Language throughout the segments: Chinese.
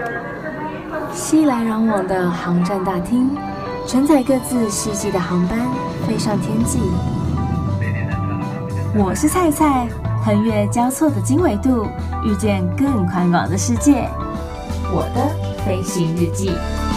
熙来攘往的航站大厅，承载各自希冀的航班飞上天际。我是菜菜，横越交错的经纬度，遇见更宽广的世界。我的飞行日记。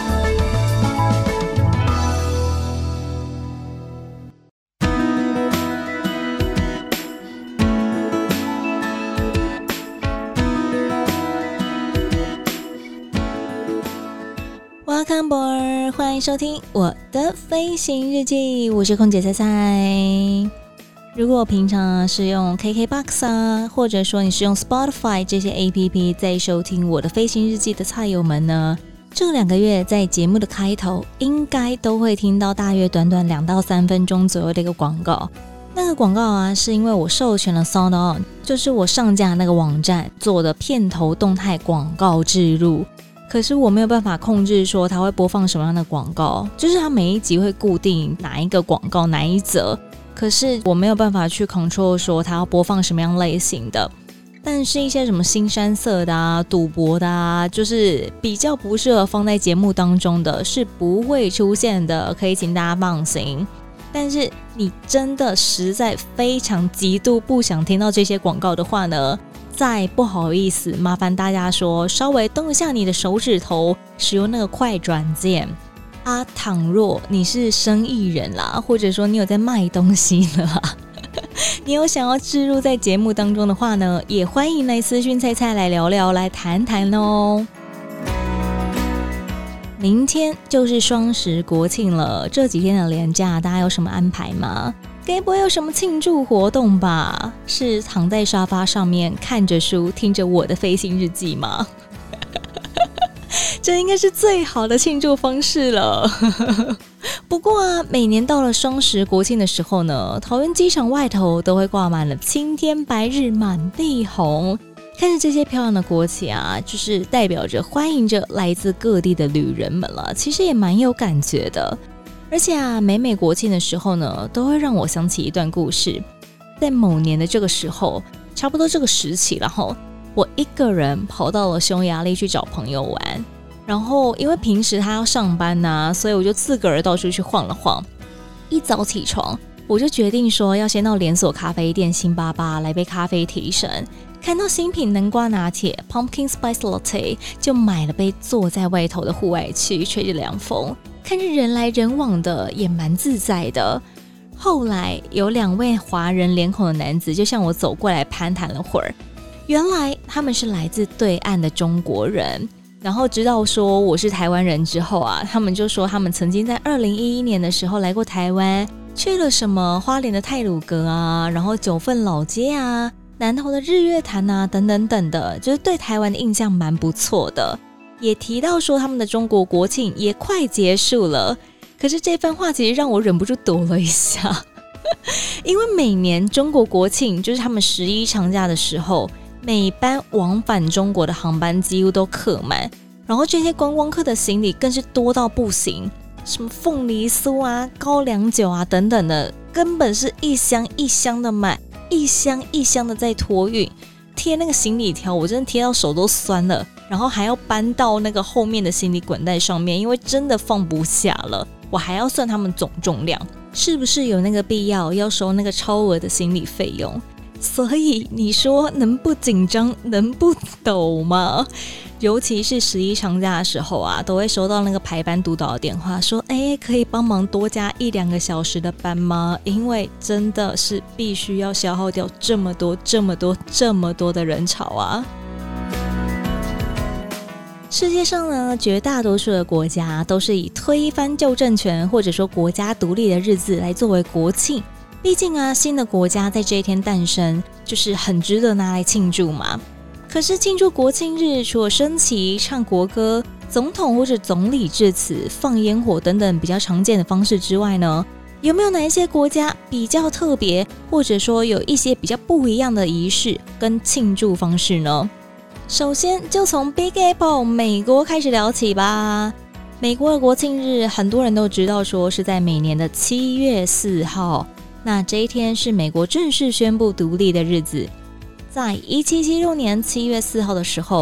Welcome aboard， 欢迎收听我的飞行日记，我是空姐菜菜。如果平常是用 KKBOX 啊，或者说你是用 Spotify 这些 APP 在收听我的飞行日记的菜友们呢，这2个月在节目的开头应该都会听到大约短短2到3分钟左右的一个广告。那个广告啊，是因为我授权了 SoundOn， 就是我上架那个网站做的片头动态广告置入。可是我没有办法控制说它会播放什么样的广告，就是它每一集会固定哪一个广告哪一则，可是我没有办法去 control 说它要播放什么样类型的。但是一些什么腥膻色的啊、赌博的啊，就是比较不适合放在节目当中的，是不会出现的，可以请大家放心。但是你真的实在非常极度不想听到这些广告的话呢，再不好意思，麻烦大家说稍微动一下你的手指头，使用那个快转键啊。倘若你是生意人啦，或者说你有在卖东西的啦，你有想要置入在节目当中的话呢，也欢迎来私讯菜菜来聊聊，来谈谈哦。明天就是双十国庆了，这几天的连假大家有什么安排吗？该不会有什么庆祝活动吧？是躺在沙发上面看着书听着我的飞行日记吗？这应该是最好的庆祝方式了。不过啊，每年到了双十国庆的时候呢，桃园机场外头都会挂满了青天白日满地红，看着这些漂亮的国旗啊，就是代表着欢迎着来自各地的旅人们了，其实也蛮有感觉的。而且啊，每国庆的时候呢，都会让我想起一段故事。在某年的这个时候，差不多这个时期，然后我一个人跑到了匈牙利去找朋友玩。然后因为平时他要上班啊，所以我就自个儿到处去晃了晃。一早起床，我就决定说要先到连锁咖啡店星巴巴来杯咖啡提神。看到新品南瓜拿铁 Pumpkin Spice Latte， 就买了杯，坐在外头的户外区，吹着凉风，看着人来人往的，也蛮自在的。后来有2位华人脸孔的男子就向我走过来攀谈了会儿，原来他们是来自对岸的中国人。然后知道说我是台湾人之后啊，他们就说他们曾经在2011年的时候来过台湾，去了什么花莲的太鲁阁啊，然后九份老街啊，南投的日月潭啊，等等等的，就是对台湾的印象蛮不错的。也提到说他们的中国国庆也快结束了，可是这番话其实让我忍不住躲了一下。因为每年中国国庆就是他们11长假的时候，每班往返中国的航班几乎都客满，然后这些观光客的行李更是多到不行，什么凤梨酥啊、高粱酒啊等等的，根本是一箱一箱的买，一箱一箱的在托运。贴那个行李条，我真的贴到手都酸了，然后还要搬到那个后面的行李滚带上面，因为真的放不下了。我还要算他们总重量，是不是有那个必要要收那个超额的行李费用？所以你说能不紧张能不抖吗？尤其是11长假的时候啊，都会收到那个排班督导的电话说，可以帮忙多加1-2个小时的班吗？因为真的是必须要消耗掉这么多的人潮啊。世界上呢，绝大多数的国家都是以推翻旧政权或者说国家独立的日子来作为国庆。毕竟啊，新的国家在这一天诞生，就是很值得拿来庆祝嘛。可是庆祝国庆日，除了升旗、唱国歌、总统或者总理致辞、放烟火等等比较常见的方式之外呢，有没有哪一些国家比较特别，或者说有一些比较不一样的仪式跟庆祝方式呢？首先就从 Big Apple 美国开始聊起吧。美国的国庆日，很多人都知道说是在每年的7月4号。那这一天是美国正式宣布独立的日子。在1776年7月4号的时候，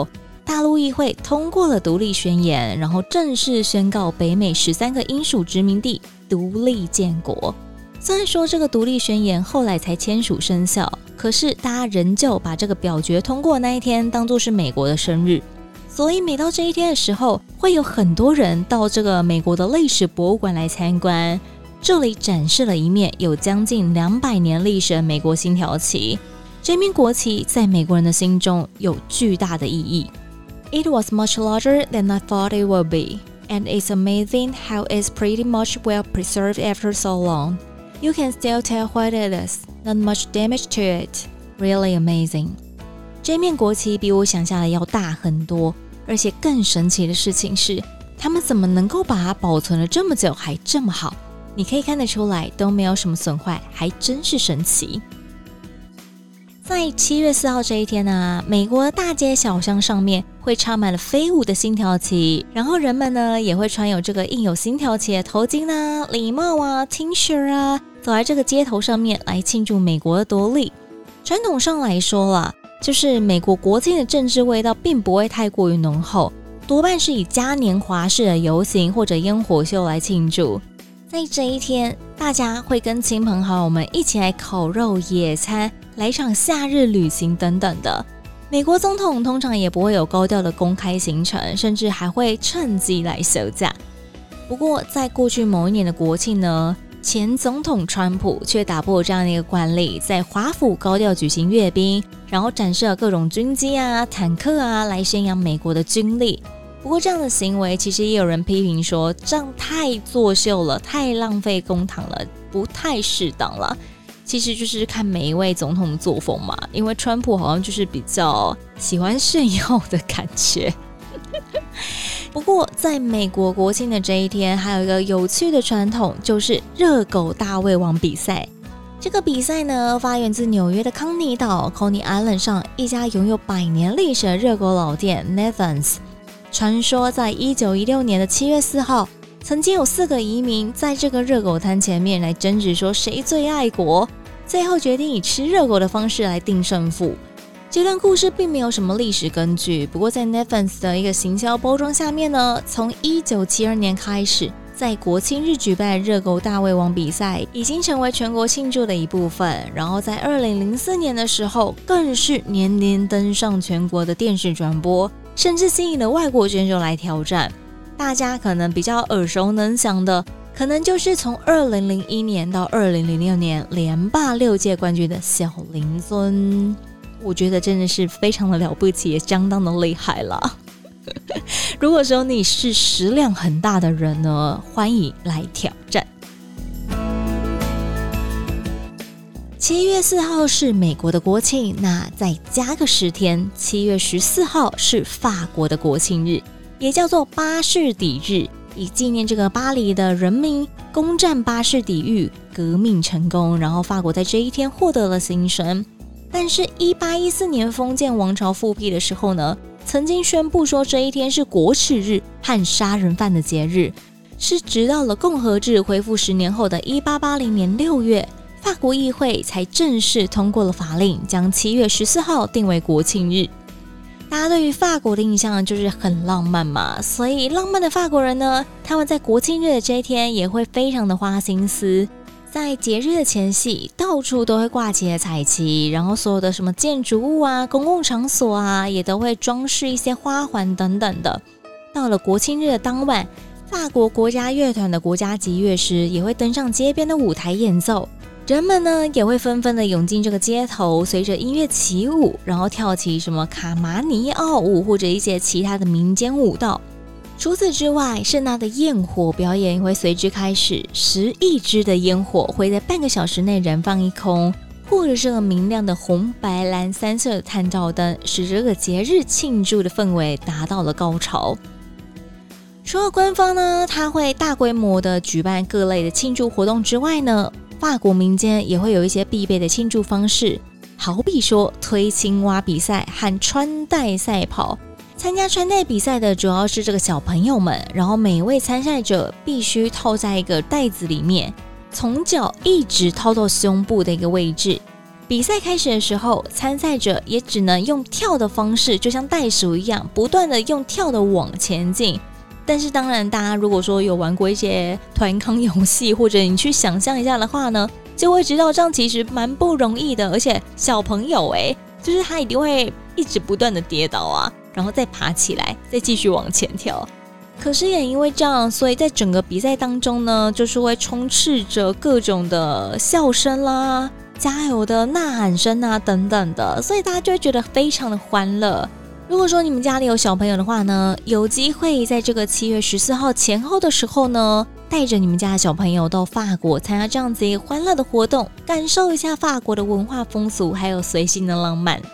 大陆议会通过了独立宣言，然后正式宣告北美13个英属殖民地独立建国。虽然说这个独立宣言后来才签署生效，可是大家仍旧把这个表决通过那一天当作是美国的生日，所以每到这一天的时候，会有很多人到这个美国的历史博物馆来参观。这里展示了一面有将近200年历史的美国星条旗，这面国旗在美国人的心中有巨大的意义。It was much larger than I thought it would be, and it's amazing how it's pretty much well preserved after so long. You can still tell what it is, not much damage to it. Really amazing. 这面国旗比我想象的要大很多，而且更神奇的事情是，他们怎么能够把它保存了这么久还这么好？你可以看得出来都没有什么损坏，还真是神奇。在7月4号这一天呢，美国大街小巷上面会插满了飞舞的星条旗，然后人们呢也会穿有这个印有星条旗的头巾啊、礼帽啊、T 恤啊，走在这个街头上面来庆祝美国的独立。传统上来说啦，就是美国国庆的政治味道并不会太过于浓厚，多半是以嘉年华式的游行或者烟火秀来庆祝。在这一天，大家会跟亲朋好友们一起来烤肉、野餐，来场夏日旅行等等的。美国总统通常也不会有高调的公开行程，甚至还会趁机来休假。不过在过去某一年的国庆呢，前总统川普却打破这样的一个惯例，在华府高调举行阅兵，然后展示了各种军机啊、坦克啊，来宣扬美国的军力。不过这样的行为其实也有人批评说，这样太作秀了，太浪费公帑了，不太适当了。其实就是看每一位总统的作风嘛，因为川普好像就是比较喜欢炫耀的感觉。不过在美国国庆的这一天，还有一个有趣的传统，就是热狗大胃王比赛。这个比赛呢，发源自纽约的康尼岛 Coney Island 上一家拥有100年历史的热狗老店 Nathan's。传说在1916年的7月4号，曾经有4个移民在这个热狗摊前面来争执说谁最爱国，最后决定以吃热狗的方式来定胜负。这段故事并没有什么历史根据，不过在 Nathan's 的一个行销包装下面呢，从1972年开始，在国庆日举办的热狗大胃王比赛已经成为全国庆祝的一部分，然后在2004年的时候，更是年年登上全国的电视转播，甚至吸引了外国选手来挑战。大家可能比较耳熟能详的，可能就是从2001年到2006年连霸6届冠军的小林尊。我觉得真的是非常的了不起，也相当的厉害了。如果说你是食量很大的人呢，欢迎来挑战。7月4号是美国的国庆，那再加个10天，7月14号是法国的国庆日，也叫做巴士底日，以纪念这个巴黎的人民攻占巴士底狱，革命成功，然后法国在这一天获得了新生。但是1814年封建王朝复辟的时候呢，曾经宣布说这一天是国耻日和杀人犯的节日，是直到了共和制恢复10年后的1880年6月，法国议会才正式通过了法令，将7月14号定为国庆日。大家对于法国的印象就是很浪漫嘛，所以浪漫的法国人呢，他们在国庆日的这一天也会非常的花心思。在节日的前夕，到处都会挂起了彩旗，然后所有的什么建筑物啊、公共场所啊，也都会装饰一些花环等等的。到了国庆日的当晚，法国国家乐团的国家级乐师也会登上街边的舞台演奏，人们呢也会纷纷的涌进这个街头，随着音乐起舞，然后跳起什么卡马尼奥舞或者一些其他的民间舞蹈。除此之外，盛大的焰火表演也会随之开始，10亿支的烟火会在半个小时内燃放一空，或者是明亮的红、白、蓝3色的探照灯，使这个节日庆祝的氛围达到了高潮。除了官方呢，它会大规模的举办各类的庆祝活动之外呢，法国民间也会有一些必备的庆祝方式，好比说推青蛙比赛和穿戴赛跑。参加穿戴比赛的主要是这个小朋友们，然后每位参赛者必须套在一个袋子里面，从脚一直套到胸部的一个位置。 比赛开始的时候，参赛者也只能用跳的方式，就像袋鼠一样，不断的用跳的往前进。但是当然，大家如果说有玩过一些团康游戏，或者你去想象一下的话呢，就会知道这样其实蛮不容易的。而且小朋友就是他一定会一直不断的跌倒啊，然后再爬起来，再继续往前跳。可是也因为这样，所以在整个比赛当中呢，就是会充斥着各种的笑声啦、加油的呐喊声啊等等的，所以大家就会觉得非常的欢乐。如果说你们家里有小朋友的话呢，有机会在这个7月14号前后的时候呢，带着你们家的小朋友到法国参加这样子一个欢乐的活动，感受一下法国的文化风俗，还有随性的浪漫。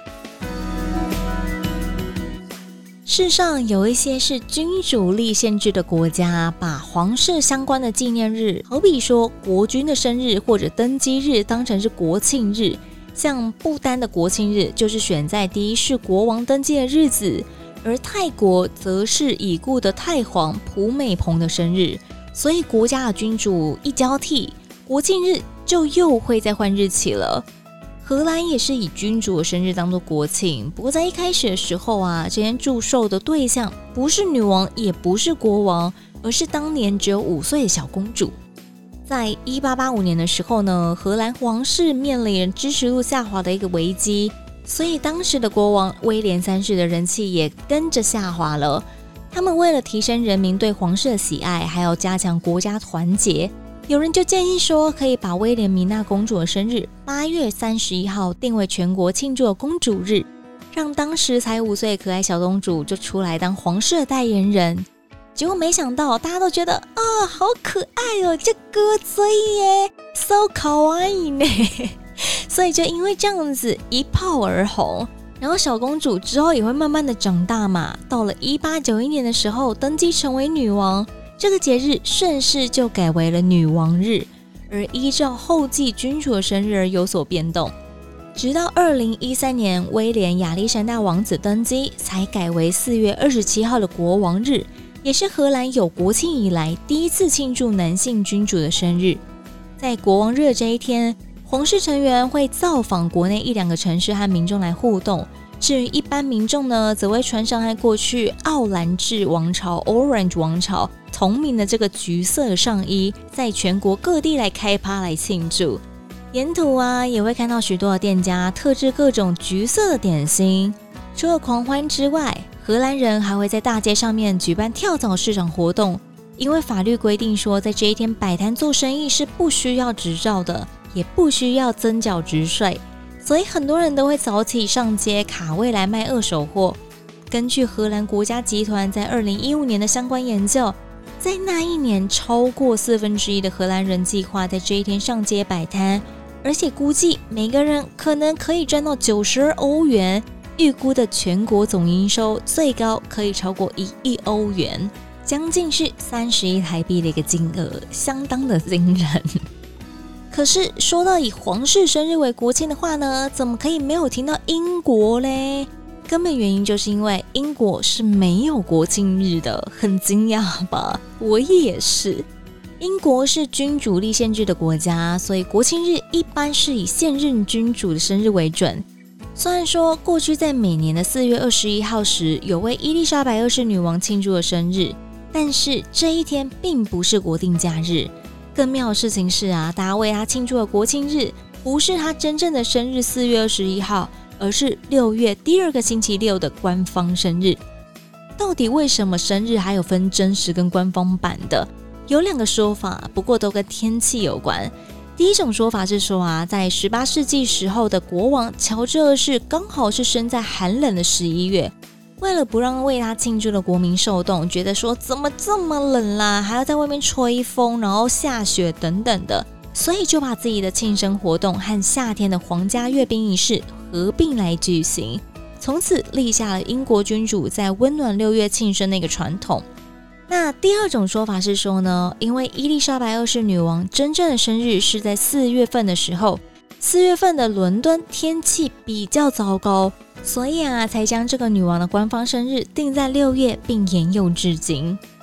世上有一些是君主立宪制的国家，把皇室相关的纪念日，好比说国君的生日或者登基日，当成是国庆日。像不丹的国庆日就是选在第一世国王登基的日子，而泰国则是已故的太皇普美蓬的生日。所以国家的君主一交替，国庆日就又会再换日期了。荷兰也是以君主的生日当作国庆，不过在一开始的时候啊，这些祝寿的对象不是女王，也不是国王，而是当年只有5岁的小公主。在1885年的时候呢，荷兰皇室面临支持度下滑的一个危机，所以当时的国王威廉3世的人气也跟着下滑了。他们为了提升人民对皇室的喜爱，还有加强国家团结，有人就建议说，可以把威廉米娜公主的生日8月31号定为全国庆祝的公主日，让当时才5岁的可爱小公主就出来当皇室的代言人。结果没想到大家都觉得啊，好可爱哦，这歌嘴耶 so 可愛い呢所以就因为这样子一炮而红。然后小公主之后也会慢慢的长大嘛，到了1891年的时候登基成为女王，这个节日顺势就改为了女王日，而依照后继君主的生日而有所变动。直到2013年威廉亚历山大王子登基，才改为4月27号的国王日，也是荷兰有国庆以来第一次庆祝男性君主的生日。在国王日的这一天，皇室成员会造访国内1-2个城市和民众来互动，至于一般民众呢，则会穿上和过去奥兰治王朝 Orange 王朝同名的这个橘色的上衣，在全国各地来开趴来庆祝。沿途啊，也会看到许多的店家特制各种橘色的点心。除了狂欢之外，荷兰人还会在大街上面举办跳蚤市场活动，因为法律规定说，在这一天摆摊做生意是不需要执照的，也不需要增缴值税，所以很多人都会早起上街卡位来卖二手货。根据荷兰国家集团在2015年的相关研究，在那一年超过1/4的荷兰人计划在这一天上街摆摊，而且估计每个人可能可以赚到92欧元，预估的全国总营收最高可以超过1亿欧元，将近是30亿台币的一个金额，相当的惊人。可是说到以皇室生日为国庆的话呢，怎么可以没有听到英国嘞？根本原因就是因为英国是没有国庆日的，很惊讶吧？我也是。英国是君主立宪制的国家，所以国庆日一般是以现任君主的生日为准。虽然说过去在每年的4月21号时有为伊丽莎白2世女王庆祝的生日，但是这一天并不是国定假日。更妙的事情是啊，大家为她庆祝的国庆日不是她真正的生日4月21号，而是6月第2个星期六的官方生日。到底为什么生日还有分真实跟官方版的？有2个说法，不过都跟天气有关。第一种说法是说啊，在18世纪时候的国王乔治2世刚好是生在寒冷的11月，为了不让为他庆祝的国民受冻，觉得说怎么这么冷啦，还要在外面吹风，然后下雪等等的，所以就把自己的庆生活动和夏天的皇家阅兵仪式合并来举行，从此立下了英国君主在温暖6月庆生的一个传统。那第二种说法是说呢，因为伊丽莎白2世女王真正的生日是在4月份的时候，4月份的伦敦天气比较糟糕，所以啊，才将这个女王的官方生日定在6月，并沿用至今。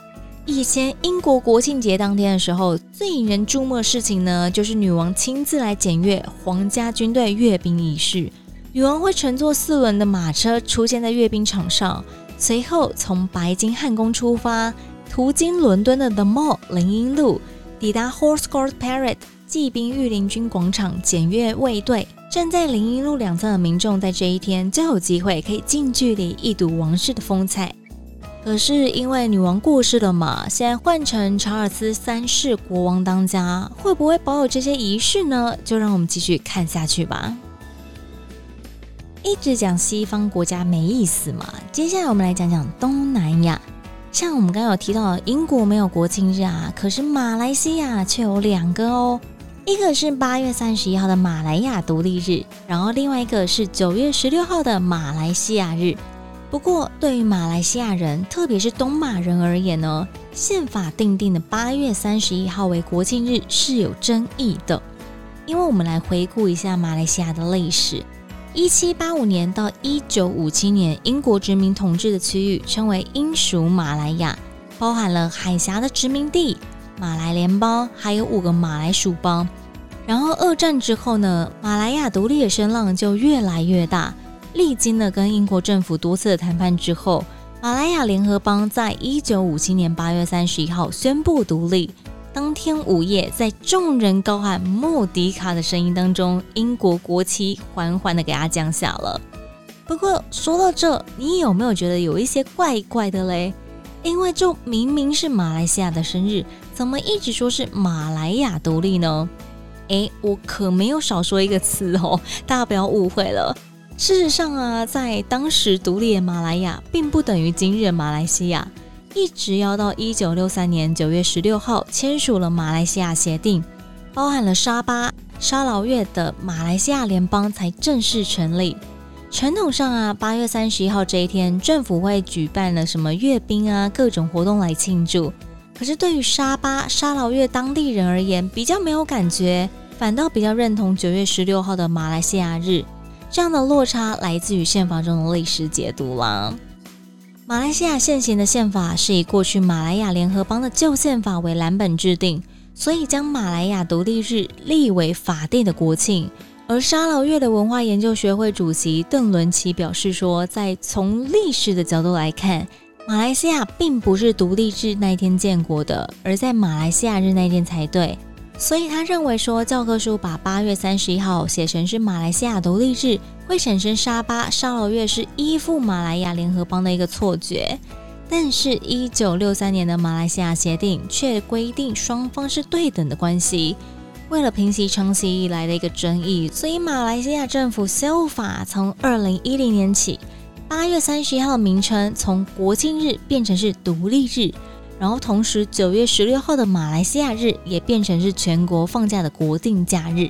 以前英国国庆节当天的时候，最引人注目的事情呢，就是女王亲自来检阅皇家军队阅兵仪式。女王会乘坐4轮的马车出现在阅兵场上，随后从白金汉宫出发，途经伦敦的 The Mall 林荫路，抵达 Horse Guard Parade 骑兵御林军广场检阅卫队。站在林荫路两侧的民众在这一天就有机会可以近距离一睹王室的风采。可是因为女王过世了嘛，现在换成查尔斯3世国王当家，会不会保有这些仪式呢？就让我们继续看下去吧。一直讲西方国家没意思嘛，接下来我们来讲讲东南亚。像我们刚刚有提到英国没有国庆日啊，可是马来西亚却有2个哦。一个是8月31号的马来亚独立日，然后另外一个是9月16号的马来西亚日。不过对于马来西亚人，特别是东马人而言呢，宪法订定的8月31号为国庆日是有争议的。因为我们来回顾一下马来西亚的历史，1785年到1957年，英国殖民统治的区域称为英属马来亚，包含了海峡的殖民地、马来联邦，还有5个马来属邦。然后2战之后呢，马来亚独立的声浪就越来越大，历经了跟英国政府多次的谈判之后，马来亚联合邦在1957年8月31号宣布独立。当天午夜，在众人高喊莫迪卡的声音当中，英国国旗缓缓的给它降下了。不过说到这，你有没有觉得有一些怪怪的嘞？因为就明明是马来西亚的生日，怎么一直说是马来亚独立呢？我可没有少说一个词哦，大家不要误会了。事实上啊，在当时独立的马来亚并不等于今日的马来西亚，一直要到1963年9月16号签署了马来西亚协定，包含了沙巴、沙劳越的马来西亚联邦才正式成立。传统上啊，8月31号这一天，政府会举办了什么阅兵啊，各种活动来庆祝。可是对于沙巴、沙劳越当地人而言，比较没有感觉，反倒比较认同9月16号的马来西亚日。这样的落差来自于宪法中的历史解读啦。马来西亚现行的宪法是以过去马来亚联合邦的旧宪法为蓝本制定，所以将马来亚独立日立为法定的国庆。而沙劳越的文化研究学会主席邓伦奇表示说，在从历史的角度来看，马来西亚并不是独立日那一天建国的，而在马来西亚日那一天才对。所以他认为说，教科书把8月31号写成是马来西亚独立日，会产生沙巴、沙劳越是依附马来亚联合邦的一个错觉。但是1963年的马来西亚协定却规定双方是对等的关系。为了平息长期以来的一个争议，所以马来西亚政府修法，从2010年起，8月31号的名称从国庆日变成是独立日，然后同时9月16号的马来西亚日也变成是全国放假的国定假日。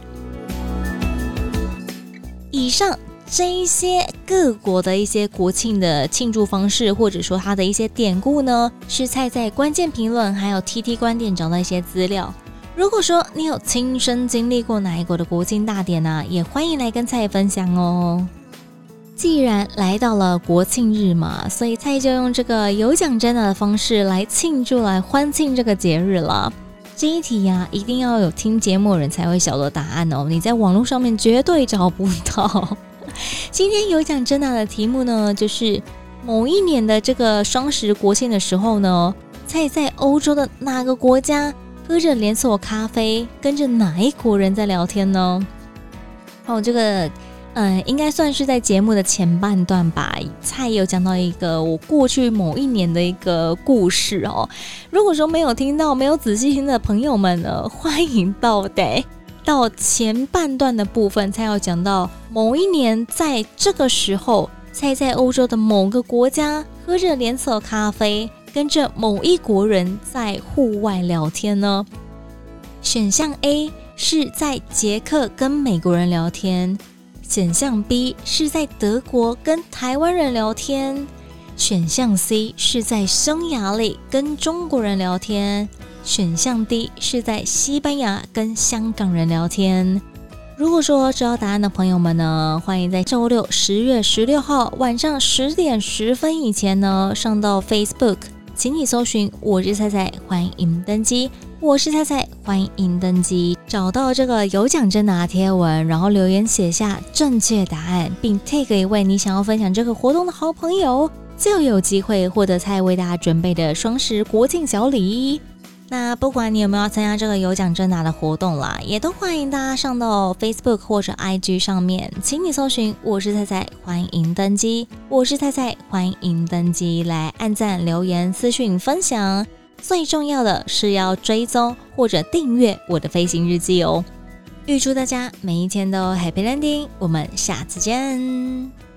以上这一些各国的一些国庆的庆祝方式，或者说它的一些典故呢，是蔡在关键评论还有 TT 观点找到一些资料。如果说你有亲身经历过哪一国的国庆大典啊，也欢迎来跟蔡分享哦。既然来到了国庆日嘛，所以蔡就用这个有奖征答的方式来庆祝，来欢庆这个节日了。这一题啊，一定要有听节目的人才会晓得答案哦，你在网络上面绝对找不到。今天有奖征答的题目呢，就是某一年的这个双十国庆的时候呢，蔡在欧洲的哪个国家喝着连锁咖啡，跟着哪一国人在聊天呢？这个应该算是在节目的前半段吧，蔡有讲到一个我过去某一年的一个故事哦。如果说没有听到、没有仔细听的朋友们呢，欢迎到前半段的部分，蔡有讲到某一年在这个时候，蔡在欧洲的某个国家喝着连锁咖啡，跟着某一国人在户外聊天呢。选项 A 是在捷克跟美国人聊天，选项 B 是在德国跟台湾人聊天，选项 C 是在匈牙利跟中国人聊天，选项 D 是在西班牙跟香港人聊天。如果说知道答案的朋友们呢，欢迎在周六10月16号晚上10点10分以前呢，上到 Facebook 请你搜寻我是菜菜，欢迎登机，我是菜菜，欢迎登机，找到这个有奖征答贴文，然后留言写下正确答案，并 tag 一位你想要分享这个活动的好朋友，就有机会获得菜为大家准备的双十国庆小礼。那不管你有没有要参加这个有奖征答的活动啦，也都欢迎大家上到 Facebook 或者 IG 上面，请你搜寻我是菜菜，欢迎登机，我是菜菜，欢迎登机，来按赞、留言、私讯分享。最重要的是要追踪或者订阅我的飞行日记哦。预祝大家每一天都 Happy Landing， 我们下次见。